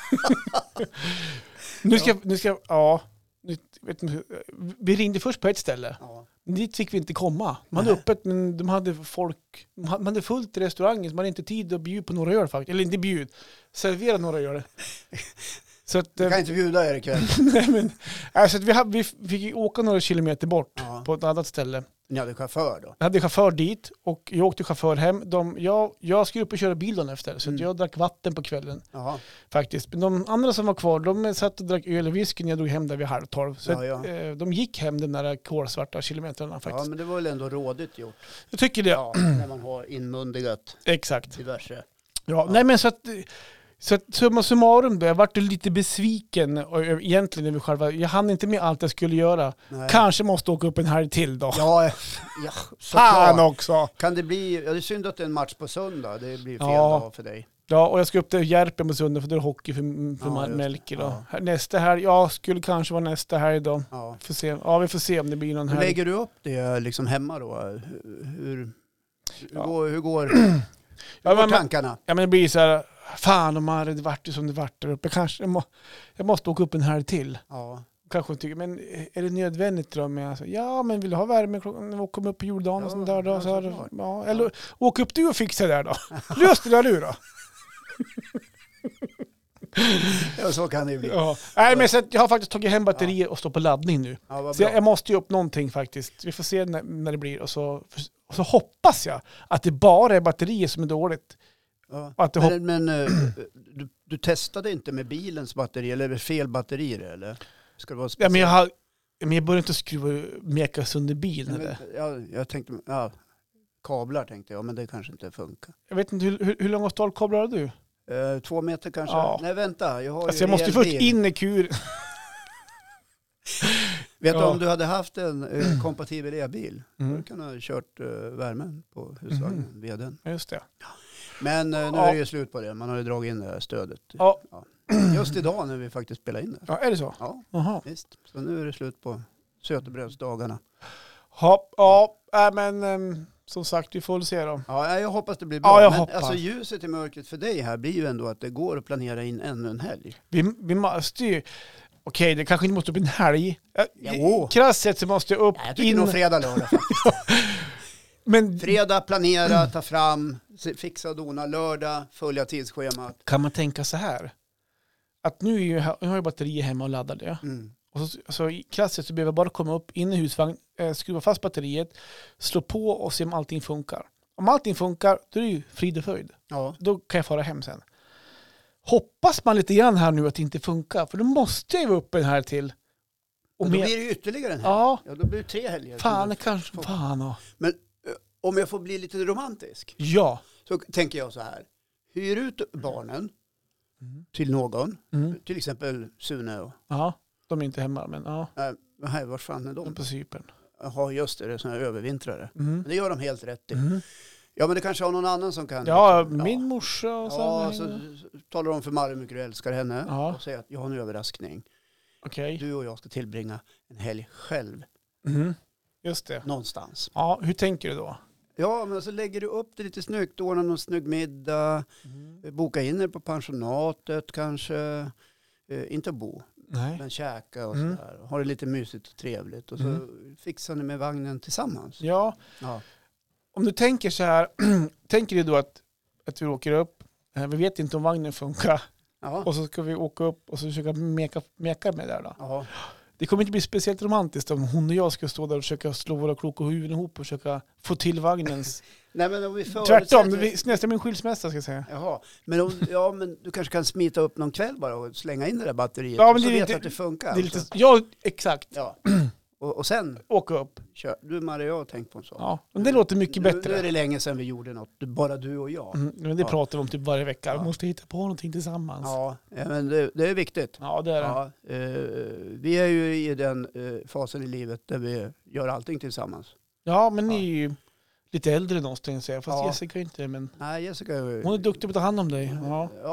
nu ska, nu ska, ja. Nu, vet inte, vi ringde först på ett ställe. Ja. Dit fick vi inte komma. De hade Nej. öppet, men de hade folk, de hade fullt i restaurangen så man hade inte tid att bjuda på några öl faktiskt. Eller inte bjud, servera några öl. Så att, Du kan inte bjuda er ikväll. nej men, alltså att vi, hade, vi fick åka några kilometer bort Ja. på ett annat ställe. Ni hade chaufför då? Jag hade chaufför dit och jag åkte chaufför hem. De, jag, jag skulle upp och köra bilen efter så att Mm. jag drack vatten på kvällen Jaha. faktiskt. Men de andra som var kvar, de satt och drack öl och whisky när jag drog hem där vid halv tolv. Så Ja, att, ja. eh, de gick hem den där kolsvarta kilometrarna Ja, faktiskt. men det var väl ändå rådigt gjort. Jag tycker det. Ja, när man har inmundigat Exakt. diverse. Ja, nej men så att, så att summa summarum då, jag vart lite besviken och, ö, egentligen över själva, jag hann inte med allt jag skulle göra. Nej. Kanske måste åka upp en helg till då. Ja, ja Fan såklart. också! Kan det bli, ja det är synd att det är en match på söndag, det blir fel Ja. dag för dig. Ja, och jag ska upp till Järpen på söndag för det är hockey för, för Ja, ja, just det. Melker då. Ja. Här- Nästa helg, ja skulle kanske vara nästa helg då. Ja. Får se. Ja, vi får se om det blir någon Hur helg. lägger du upp det liksom hemma då? Hur, hur, Ja. går, hur går, hur Ja, går men, tankarna? ja, men det blir så här, fan de har det vart ju som det vart där uppe. Kanske, jag, må, jag måste åka upp en helg till. Ja. Kanske tycker, men är det nödvändigt då? Med, alltså, ja, men vill du ha värme klockan- när vi kommer upp på juldagen och Ja, sånt där då? ja, Så här, såklart. ja, eller åk upp du och fixa det där då. Lös det där du då. Ja, så kan det ju bli. Ja. Nej, men så att jag har faktiskt tagit hem batterier och står på laddning nu. Ja, vad Så jag, bra. jag måste ju upp någonting faktiskt. Vi får se när, när det blir. Och så, och så hoppas jag att det bara är batterier som är dåligt. Ja. Att det hopp- Men, men eh, du, du testade inte med bilens batteri, eller är det fel batterier eller? Ska det vara Ja, men jag, speciellt? har, men jag börjar inte skruva meka sönder bilen. Men, Eller? ja, jag tänkte, ja, kablar tänkte jag, men det kanske inte funkar. Jag vet inte, hur, hur, hur långa stålkablar har du? Eh, två meter kanske? Ja. Nej vänta, jag har Alltså ju jag måste ju rejäl först bil. in i kur. Vet du Ja. om du hade haft en eh, kompatibel e-bil, Mm. du kan ha kört eh, värmen på husvagnen Mhm. via den. Just det. Men eh, nu Ja. är det ju slut på det, man har ju dragit in det här stödet. Ja. Just idag när vi faktiskt spelar in det. Ja, är det så? Ja, Jaha. visst. Så nu är det slut på sötebrödsdagarna. Ja, ja äh, men um, som sagt, vi får väl se då. Ja, jag hoppas det blir bra. Ja, jag Men hoppas. alltså ljuset i mörkret för dig här blir ju ändå att det går att planera in ännu en helg. Vi, vi måste ju... Okej, det kanske inte måste upp en helg. Äh, Jo. Krasst sett så måste jag upp Nej, jag tycker in... nog fredag, lördag faktiskt. Men Fredag, planera, ta fram, se- fixa och dona. Lördag, följa tidsschemat. kan man tänka så här? Att nu, är ju, nu har jag batterier hemma och laddar det. Mm. Och så, så i klasset så behöver jag bara komma upp in i husvagn, eh, skruva fast batteriet, slå på och se om allting funkar. Om allting funkar, då är det ju frid och fröjd. Ja. Då kan jag fara hem sen. Hoppas man lite grann här nu att det inte funkar, för då måste jag vara uppe en här till. Och Och då med, blir det ju ytterligare en helg. ja, Ja, då blir det tre helger. fan, det Så- kanske, fan ja. Men eh, om jag får bli lite romantisk Ja, så tänker jag så här. hyr ut barnen Mm. till någon. Mm. Till exempel Sune och... Ja, de är inte hemma, men ja. Äh, nej, var fan är De är de? på Cypern. Jaha, just det. Det är sådana här övervintrare. Mm. Men det gör de helt rätt i. Mm. Ja, men det kanske har någon annan som kan... Ja, liksom, min morsa och så. Ja, så talar de för Marie hur mycket du älskar henne. Ja. Och säger att jag har en överraskning. Okej. Du och jag ska tillbringa en helg själv. Mm. Just det. Någonstans. Ja, hur tänker du då? Ja, men så lägger du upp det lite snyggt. Ordnar någon snygg middag. Mm. Boka in er på pensionatet kanske. Eh, inte bo, Nej. men käka och Mm. sådär. Ha det lite mysigt och trevligt. Och så Mm. fixar ni med vagnen tillsammans. Ja, Ja. om du tänker så här, tänker du då att, att vi åker upp, eh, vi vet inte om vagnen funkar, Ja. och så ska vi åka upp och så försöka meka, meka med där då. Ja. Det kommer inte bli speciellt romantiskt om hon och jag ska stå där och försöka slå våra kloka huvuden ihop och försöka få till vagnens... Nej, men om vi förutsätter... Tvärtom, vi, nästan min skilsmässa ska jag säga. Jaha, men, om, ja, men du kanske kan smita upp någon kväll bara och slänga in det där batteriet. Ja, men och så det är vet lite- du att det funkar. Det är lite, alltså. ja, exakt. Ja. Och, och sen Åka upp. kör du, Maria, jag har tänkt på en sak. Ja, men det låter mycket Nu, nu är bättre. det länge sedan vi gjorde något, bara du och jag. Mm, men det Ja. pratar vi om typ varje vecka. Vi Ja. måste hitta på någonting tillsammans. Ja, Ja, ja, men det, det är viktigt. det är det. Ja, eh, vi är ju i den eh, fasen i livet där vi gör allting tillsammans. Ja, men ni är ju lite äldre någonstans, säger jag. Fast Ja. Jessica är inte det, men Nej, Jessica är ju... hon är duktig på att ta hand om dig. Ja. Ja.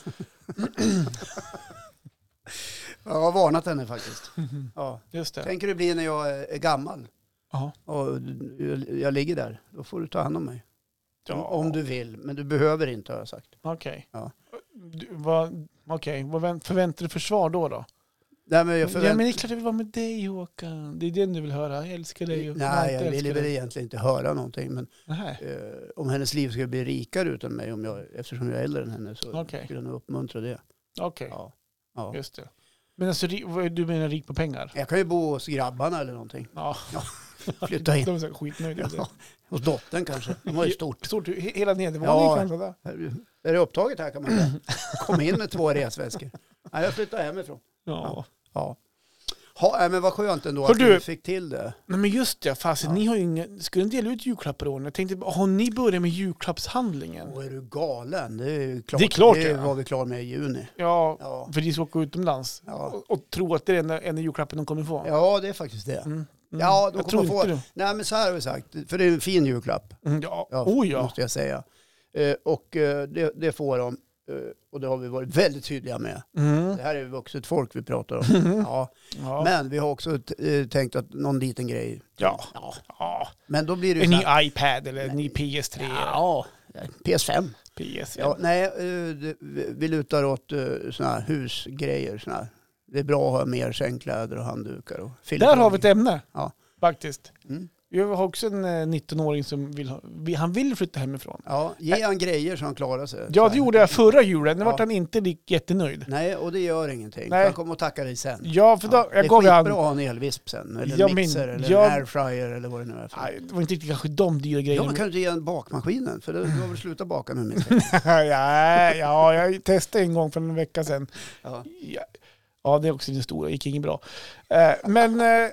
Jag har varnat henne faktiskt. Ja. Just det. Tänker det bli när jag är är gammal Ja. och jag, jag ligger där, då får du ta hand om mig. Ja. Om, om du vill, men du behöver inte, har jag sagt. Okej. Ja. Du, vad, okej, vad vänt- förväntar du försvar då? då? Nej, men jag Ja, förvänt... men det är klart jag vill vara med dig, Håkan. Det är det du vill höra. Jag älskar dig. och Nej, Malte jag vill älskar väl dig. egentligen inte höra någonting. Men Nej. eh, om hennes liv skulle bli rikare utan mig, om jag, eftersom jag är äldre än henne, så Okej. skulle jag nog uppmuntra det. Okej, Ja. Ja. just det. Men alltså, ri- vad- du menar rik på pengar? Jag kan ju bo hos grabbarna eller någonting. Ja. Flytta in. De är så skitnöjda med det. Ja. Hos dottern kanske. De har ju stort. Stort, he- hela nedervåningen Ja. kanske. Där. Är är det upptaget här kan man säga. Kom in med två resväskor. Nej, jag flyttar hemifrån. Ja. Ja. Ha, nej, men vad skönt ändå Hör att du- du fick till det. Nej, men just det, fast Ja. ni har ju ingen... Skulle ni dela ut julklappar då? Jag tänkte, har ni börjat med julklappshandlingen? Åh, är du galen? Det är klart. Det är klart, Det ja. var vi klara med i juni. Ja, Ja. för de ska åka utomlands. Ja. Och, och tro att det är den enda, enda julklappen de kommer få. Ja, det är faktiskt det. Mm. Mm. Ja, de jag kommer tror få- inte det. Nej, men så här har vi sagt. För det är en fin julklapp. Mm, ja, Ja, oh ja. måste jag säga. Eh, och eh, det, det får de. Eh, och det har vi varit väldigt tydliga med. Mm. Det här är vuxet folk vi pratar om. Ja. Ja. Men vi har också t- eh, tänkt att någon liten grej. Ja. Ja. ja. Men då blir det ju En så ny här, iPad eller en ny P S tre? ja, P S fem. P S fem. Ja, nej, eh, det, vi vi lutar åt uh, såna här husgrejer. Såna här. Det är bra att ha mer sängkläder och handdukar. Och Där har vi ett ämne. Ja. Faktiskt. Mm. Jag har också en eh, nittonåring som vill, ha, vi- han vill flytta hemifrån. Ja, ge han grejer så han klarar sig. Så Ja, här. det gjorde jag förra julen. Nu Ja. vart han inte lik- jättenöjd. Nej, och det gör ingenting. Nej. Han kommer att tacka dig sen. Ja, för då, Ja, det jag är gav skitbra han... att ha en elvisp sen. Eller Ja, en men mixer eller jag- en airfryer eller vad det nu är. För. Nej, det var inte riktigt kanske de dyra Ja, grejerna. men kan du ge en bakmaskinen? För det, du har väl slutat baka med min ja, ja, jag testade en gång för en vecka sedan. ja. Ja, ja det är också den stora, gick inget bra. Eh, men... Eh,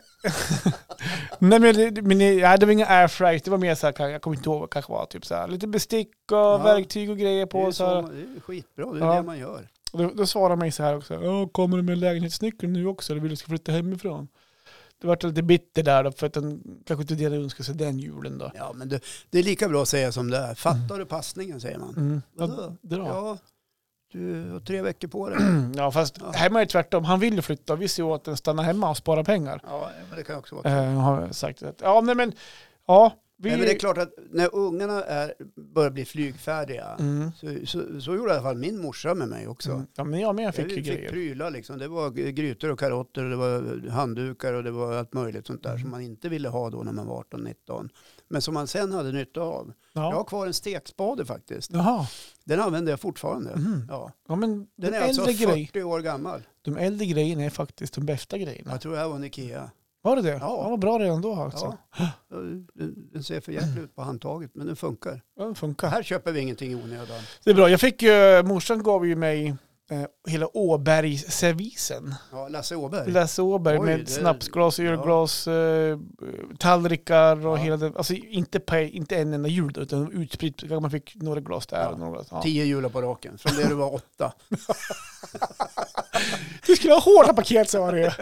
nej, men, det- men det- ja, det var inga airfryers, det var mer så här, jag kommer inte ihåg vad det kanske var, typ så här, lite bestick och Ja. verktyg och grejer Det är, på. Så så, här. det är skitbra, det är Ja. det man gör. Och då, då svarade mig så här också, "Ja, kommer du med lägenhetsnyckeln nu också, eller vill du ska flytta hemifrån? Det var lite bitter där då, för att den kanske inte delade önskar sig den julen då. Ja, men det, det är lika bra att säga som det är. Fattar du passningen, säger man. Mm. Ja, Vadå? dra. Ja, du har tre veckor på dig. Ja, fast Ja. hemma är det tvärtom. Han vill ju flytta. Vi ser åt att stanna hemma och spara pengar. Ja, men det kan också vara. Eh, har jag sagt. Att, ja, nej, men... Ja, vi... Nej, men det är klart att när ungarna är, börjar bli flygfärdiga Mm. så, så, så gjorde i alla fall min morsa med mig också. Mm. Ja, men jag med fick Jag ju fick grejer. prylar liksom. Det var grytor och karotter och det var handdukar och det var allt möjligt sånt där Mm. som man inte ville ha då när man var arton nitton. Men som man sen hade nytta av. Jag har Ja. kvar en stekspade faktiskt. Jaha. Den använder jag fortfarande. Mm. Ja. Ja, men Den de är alltså äldre, grej, fyrtio år gammal. de äldre grejerna är faktiskt de bästa grejerna. Jag tror det här var en Ikea. Var det det? Ja. Ja, vad bra redan då alltså. Ja. Den, den ser för jävligt ut på handtaget men den funkar. Ja, det funkar. Här köper vi ingenting i onödan. Det är bra. Jag fick ju, morsan gav ju mig eh, hela Åbergsservisen. Ja, Lasse Åberg. Lasse Åberg Oj, med det- snapsglas, ölglas, eh, tallrikar och Ja. hela det. Alltså inte, på, inte en enda jul utan utspritt. Man fick några glas där Ja. och några glas. Ja. Tio jular på raken, från det du var åtta. Du skulle ha hårda paket, sa det.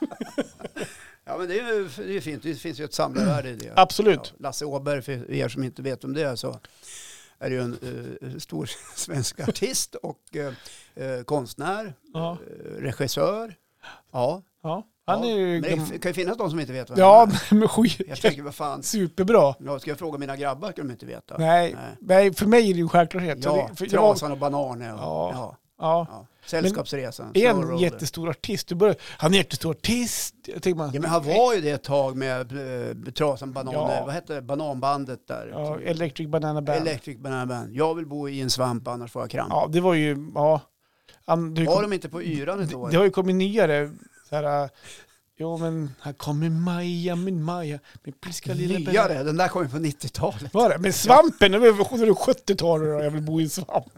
Ja, men det är ju det är fint. Det finns ju ett samlarvärde i det. Absolut. Ja, Lasse Åberg, för er som inte vet om det är, så är det ju en uh, stor svensk artist och uh, uh, konstnär, Ja. uh, regissör. Ja. Ja. Han ja. är ju... Men det f- kan ju finnas de som inte vet vad Ja, han är. men skit. Jag tänker, vad fan. Superbra. Ja, ska jag fråga mina grabbar kan de inte veta. Nej, Nej. nej, för mig är det ju en självklarhet. Så Ja, det, för Trasan och bananer. Och, Ja. ja. ja. Ja. Sällskapsresan. En Slow roller. jättestor artist. Du börjar, han är en jättestor artist. Jag tänker man, Ja, men han var ju det ett tag med uh, Trasan bananer. Ja. Vad hette det? Bananbandet där. Ja, Electric Banana Band. Electric Banana Band. Jag vill bo i en svamp, annars får jag kramp. Ja, det var ju... Ja, han, du Var kom, de inte på yran ett år? det har ju kommit nyare. Så här, äh, jo, men här kommer Maja, min Maja. Min pilska lilla... Nyare, den där kom ju på nittiotalet. Var det? Men svampen, det var sjuttiotalet och jag vill bo i en svamp.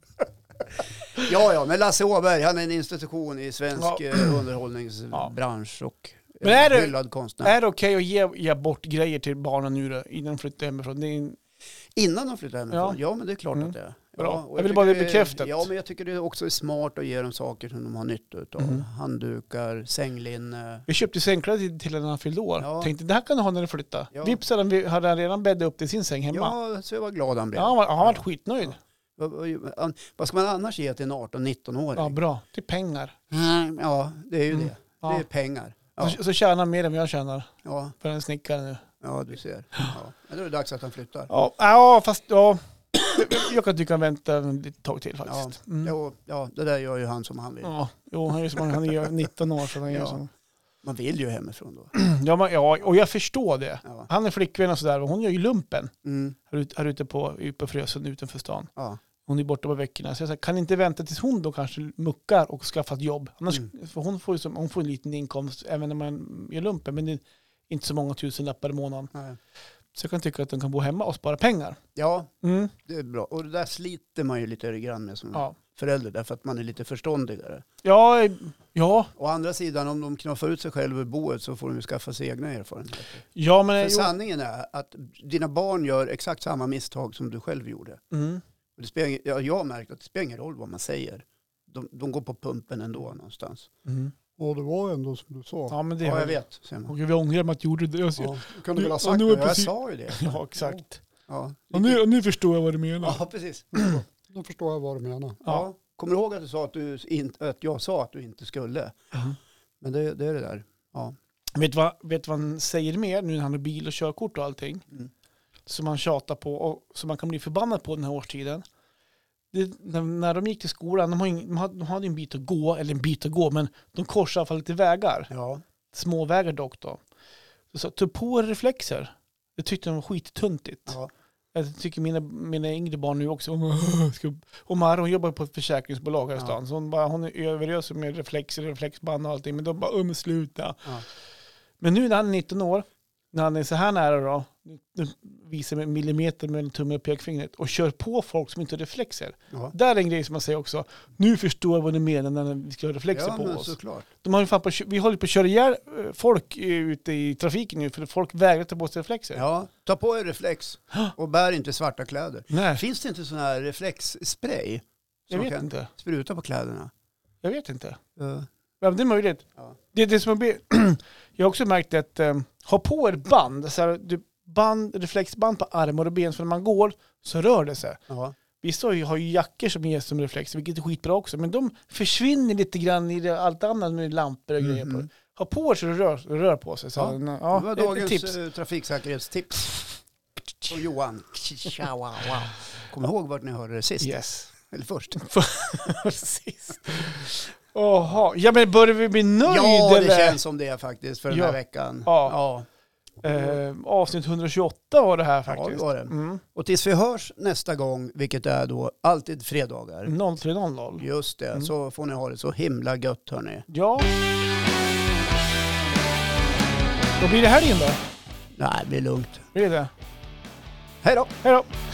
Ja, ja, men Lasse Åberg, han är en institution i svensk Ja. eh, underhållningsbransch och eh, Men är det- hyllad konstnär. Är det okej att ge, ge bort grejer till barnen nu då, innan de flyttar hemifrån? Det är en, Innan de flyttar hemifrån? Ja. Ja, men det är klart Mm. att det är. Bra. Ja, och Jag vill bara tycker det bekräftat. Ja, men jag tycker det också är smart att ge dem saker som de har nytta utav. Mm. Handdukar, sänglinne. vi köpte sängkläder till, till när han fyllde år. Ja. Tänkte, det här kan du ha när du flyttar. Ja. Vips hade han, hade han redan bäddat upp till sin säng hemma. Ja, så jag var glad han blev. Ja, han var, han var skitnöjd. Vad- vad- Vad ska man annars ge till en arton-nitton-åring? Ja, bra. Det är pengar. Mm, ja, det är ju Mm. det. Ja. Det är pengar. Ja, Så, så tjänar han mer än vad jag tjänar ja, för en snickare nu. ja du ser. Ja. Men då är det dags att han flyttar. Ja, ja fast ja. Jag kan tycka han vänta en litet tag till faktiskt. Mm. Jo, ja, det där gör ju han som han vill. Ja, jo, han är ju som, han är ju nitton år så han är Ja. ju som... Man vill ju hemifrån då. Ja, men, ja, och jag förstår det. Ja. Han är flickvän och sådär och hon gör ju lumpen Mm. här, ut, här ute på, på Frösund utanför stan. Ja. Hon är borta på veckorna. Så jag säger, kan inte vänta tills hon då kanske muckar och skaffar ett jobb. Annars, Mm. för hon, får ju som, hon får en liten inkomst även när man gör lumpen. Men det är inte så många tusen lappar i månaden. Nej. Så jag kan tycka att de kan bo hemma och spara pengar. Ja, Mm. det är bra. Och det där sliter man ju lite grann med som Ja. förälder därför att man är lite förståndigare. Mm. Ja, ja, Å andra sidan, om de knuffar ut sig själva ur boet så får de ju skaffa sig egna erfarenheter. ja, men... För Jo, sanningen är att dina barn gör exakt samma misstag som du själv gjorde. mm. Och det spelar, ja, jag har märkt att det spelar ingen roll vad man säger. De, de går på pumpen ändå någonstans. Mm. Ja, det var ändå som du sa. Ja, men det Ja, har jag vet, säger man. Och vi ångrar mig att jag gjorde det. Jag ser- Ja, du kunde Nu- väl ha och sagt nu det. är Ja, jag precis- sa ju det. Ja, exakt. Ja, Och nu, och nu förstår jag vad du menar. ja precis. Då förstår jag vad du menar. Ja. Kommer du ihåg att, du sa att, du inte, att jag sa att du inte skulle? Mhm. Men det, det är det där. Ja. Vet du vad, vet du vad han säger mer nu när han har bil och körkort och allting? Mm. Som man tjatar på och som man kan bli förbannad på den här årstiden. Det, när, när de gick till skolan, de, har ing, de, hade, de hade en bit att gå, eller en bit att gå, men de korsade i alla fall lite vägar. Ja. Små vägar dock då. Så sa, ta på reflexer. Det tyckte de var skittuntigt. Ja. Jag tycker mina, mina yngre barn nu också. Ska, och Mara, hon jobbar på ett försäkringsbolag här i Ja. stan. Så hon, bara, hon är överös med reflexer, reflexband och allting. Men de bara, um, sluta. Ja. Men nu när han är nitton år, när han är så här nära då, nu visar med millimeter med tummen och pekfingret och kör på folk som inte har reflexer. Ja. Där är en grej som man säger också, nu förstår jag vad ni menar när vi ska ha reflexer Ja, på men oss. såklart. De har ju fan på, vi håller på att köra ihjäl eh, folk eh, ute i trafiken nu för folk vägrar ta på sig reflexer. Ja, ta på er reflex och bär inte svarta kläder. Nej, Finns det inte sån här reflexspray jag som man vet kan inte. spruta på kläderna? Jag vet inte. Uh, Ja, det är möjligt. Ja. Det är det som jag, jag har också märkt att eh, ha på er band, så här, du, band, reflexband på armar och ben, för när man går så rör det sig. ja. Vissa har ju, har ju jackor som ger som reflex, vilket är skitbra också, men de försvinner lite grann i det, allt annat med lampor och grejer på. Mhm. Ha på er så det rör, rör på sig. Så, Ja, ja, det var ett- ett dagens tips. eh, trafiksäkerhetstips. Och Johan. Tja, wow, wow. Kom ihåg vart ni hörde det sist. Yes. Eller först. Precis. Jaha, ja men börjar vi bli nöjda? Ja, det eller? känns som det faktiskt för den Ja. här veckan. Ja. Ja. Eh, avsnitt etthundratjugoåtta var det här Ja, faktiskt. det var det. Mm. Och tills vi hörs nästa gång, vilket är då alltid fredagar. noll tre noll noll. Just det, Mm. så får ni ha det så himla gött hörni. Ja. Då blir det här in då? Nej, det blir lugnt. Blir det? Hej då! Hej då!